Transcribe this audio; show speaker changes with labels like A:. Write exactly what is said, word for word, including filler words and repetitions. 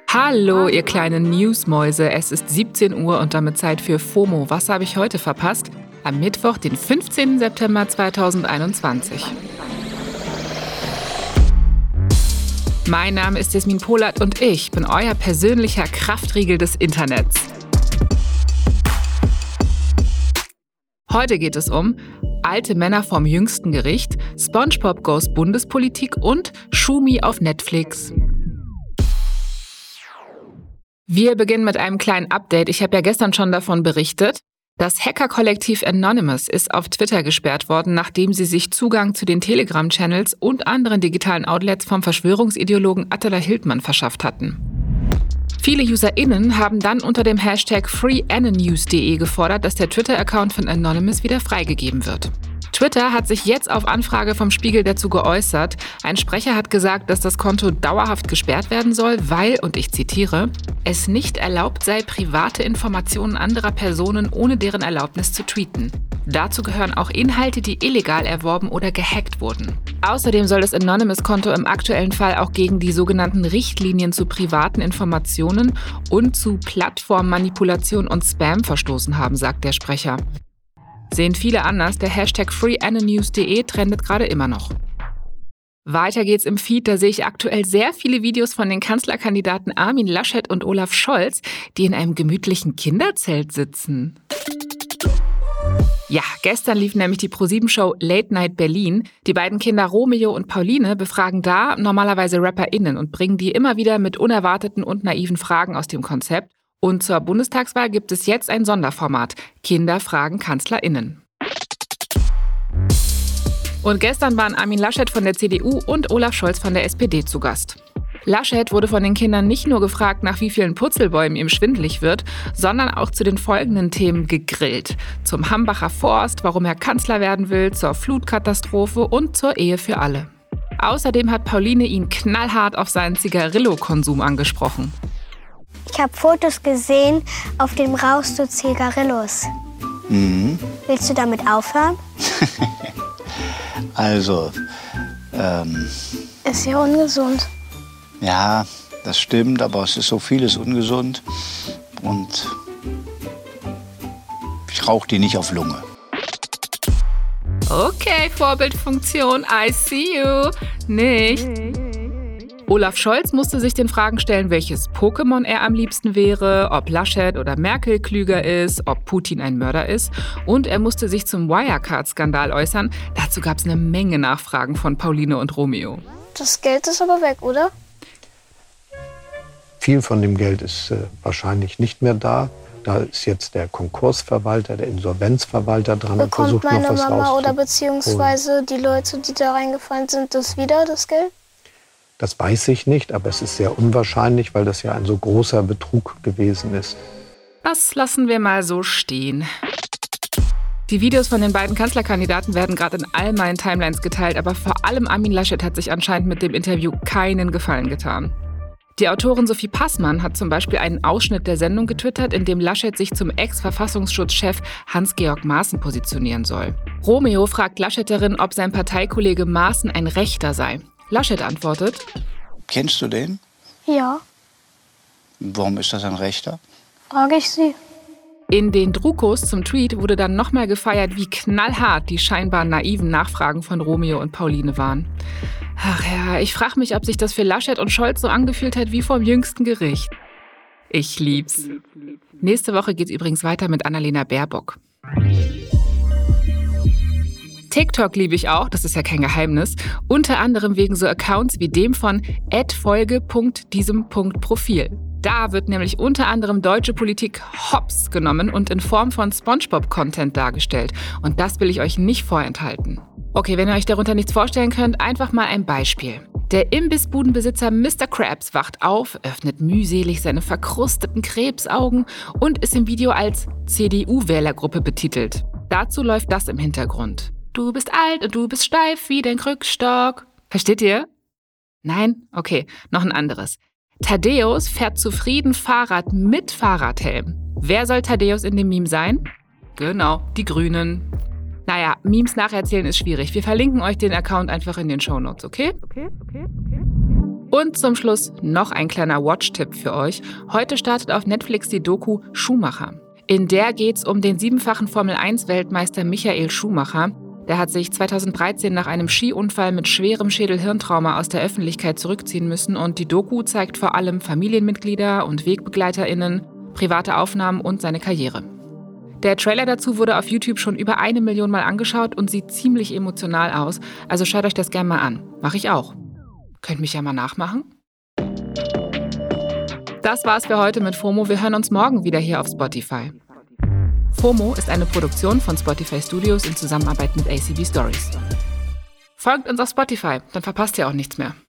A: Hallo, ihr kleinen Newsmäuse. Es ist siebzehn Uhr und damit Zeit für FOMO. Was habe ich heute verpasst? Am Mittwoch, den fünfzehnten September zweitausendeinundzwanzig. Mein Name ist Jasmin Polat und ich bin euer persönlicher Kraftriegel des Internets. Heute geht es um alte Männer vom jüngsten Gericht, SpongeBob Goes Bundespolitik und Schumi auf Netflix. Wir beginnen mit einem kleinen Update. Ich habe ja gestern schon davon berichtet. Das Hacker-Kollektiv Anonymous ist auf Twitter gesperrt worden, nachdem sie sich Zugang zu den Telegram-Channels und anderen digitalen Outlets vom Verschwörungsideologen Attila Hildmann verschafft hatten. Viele UserInnen haben dann unter dem Hashtag free ananews punkt de gefordert, dass der Twitter-Account von Anonymous wieder freigegeben wird. Twitter hat sich jetzt auf Anfrage vom Spiegel dazu geäußert. Ein Sprecher hat gesagt, dass das Konto dauerhaft gesperrt werden soll, weil, und ich zitiere, es nicht erlaubt sei, private Informationen anderer Personen ohne deren Erlaubnis zu tweeten. Dazu gehören auch Inhalte, die illegal erworben oder gehackt wurden. Außerdem soll das Anonymous-Konto im aktuellen Fall auch gegen die sogenannten Richtlinien zu privaten Informationen und zu Plattformmanipulation und Spam verstoßen haben, sagt der Sprecher. Sehen viele anders, der Hashtag free ananews punkt de trendet gerade immer noch. Weiter geht's im Feed, da sehe ich aktuell sehr viele Videos von den Kanzlerkandidaten Armin Laschet und Olaf Scholz, die in einem gemütlichen Kinderzelt sitzen. Ja, gestern lief nämlich die ProSieben-Show Late Night Berlin. Die beiden Kinder Romeo und Pauline befragen da normalerweise RapperInnen und bringen die immer wieder mit unerwarteten und naiven Fragen aus dem Konzept. Und zur Bundestagswahl gibt es jetzt ein Sonderformat. Kinder fragen KanzlerInnen. Und gestern waren Armin Laschet von der C D U und Olaf Scholz von der S P D zu Gast. Laschet wurde von den Kindern nicht nur gefragt, nach wie vielen Purzelbäumen ihm schwindelig wird, sondern auch zu den folgenden Themen gegrillt. Zum Hambacher Forst, warum er Kanzler werden will, zur Flutkatastrophe und zur Ehe für alle. Außerdem hat Pauline ihn knallhart auf seinen Zigarillo-Konsum angesprochen.
B: Ich habe Fotos gesehen, auf dem rauchst du Zigarillos.
C: Mhm.
B: Willst du damit aufhören?
C: Also, ähm...
B: Ist ja ungesund.
C: Ja, das stimmt, aber es ist so vieles ungesund. Und ich rauche die nicht auf Lunge.
A: Okay, Vorbildfunktion, I see you. Nicht. Olaf Scholz musste sich den Fragen stellen, welches Pokémon er am liebsten wäre, ob Laschet oder Merkel klüger ist, ob Putin ein Mörder ist. Und er musste sich zum Wirecard-Skandal äußern. Dazu gab es eine Menge Nachfragen von Pauline und Romeo.
B: Das Geld ist aber weg, oder?
D: Viel von dem Geld ist äh, wahrscheinlich nicht mehr da. Da ist jetzt der Konkursverwalter, der Insolvenzverwalter dran und versucht noch was rauszuholen.
B: Bekommt meine Mama oder beziehungsweise die Leute, die da reingefallen sind, das wieder, das Geld?
D: Das weiß ich nicht, aber es ist sehr unwahrscheinlich, weil das ja ein so großer Betrug gewesen ist.
A: Das lassen wir mal so stehen. Die Videos von den beiden Kanzlerkandidaten werden gerade in all meinen Timelines geteilt, aber vor allem Armin Laschet hat sich anscheinend mit dem Interview keinen Gefallen getan. Die Autorin Sophie Passmann hat zum Beispiel einen Ausschnitt der Sendung getwittert, in dem Laschet sich zum Ex-Verfassungsschutzchef Hans-Georg Maaßen positionieren soll. Romeo fragt Laschet darin, ob sein Parteikollege Maaßen ein Rechter sei. Laschet antwortet:
C: Kennst du den?
B: Ja.
C: Warum ist das ein Rechter?
B: Frage ich Sie.
A: In den Druckos zum Tweet wurde dann nochmal gefeiert, wie knallhart die scheinbar naiven Nachfragen von Romeo und Pauline waren. Ach ja, ich frage mich, ob sich das für Laschet und Scholz so angefühlt hat wie vom jüngsten Gericht. Ich lieb's. Nächste Woche geht's übrigens weiter mit Annalena Baerbock. TikTok liebe ich auch, das ist ja kein Geheimnis. Unter anderem wegen so Accounts wie dem von at folge punkt diesem punkt profil. Da wird nämlich unter anderem deutsche Politik hops genommen und in Form von SpongeBob-Content dargestellt. Und das will ich euch nicht vorenthalten. Okay, wenn ihr euch darunter nichts vorstellen könnt, einfach mal ein Beispiel. Der Imbissbudenbesitzer Mister Krabs wacht auf, öffnet mühselig seine verkrusteten Krebsaugen und ist im Video als C D U-Wählergruppe betitelt. Dazu läuft das im Hintergrund. Du bist alt und du bist steif wie dein Krückstock. Versteht ihr? Nein? Okay, noch ein anderes. Thaddäus fährt zufrieden Fahrrad mit Fahrradhelm. Wer soll Thaddäus in dem Meme sein? Genau, die Grünen. Naja, Memes nacherzählen ist schwierig. Wir verlinken euch den Account einfach in den Shownotes, okay? Okay, okay, okay. Und zum Schluss noch ein kleiner Watch-Tipp für euch. Heute startet auf Netflix die Doku Schumacher. In der geht's um den siebenfachen Formel eins Weltmeister Michael Schumacher. Der hat sich zweitausenddreizehn nach einem Skiunfall mit schwerem Schädel-Hirntrauma aus der Öffentlichkeit zurückziehen müssen und die Doku zeigt vor allem Familienmitglieder und WegbegleiterInnen, private Aufnahmen und seine Karriere. Der Trailer dazu wurde auf YouTube schon über eine Million Mal angeschaut und sieht ziemlich emotional aus, also schaut euch das gerne mal an. Mach ich auch. Könnt mich ja mal nachmachen. Das war's für heute mit FOMO. Wir hören uns morgen wieder hier auf Spotify. FOMO ist eine Produktion von Spotify Studios in Zusammenarbeit mit A C B Stories. Folgt uns auf Spotify, dann verpasst ihr auch nichts mehr.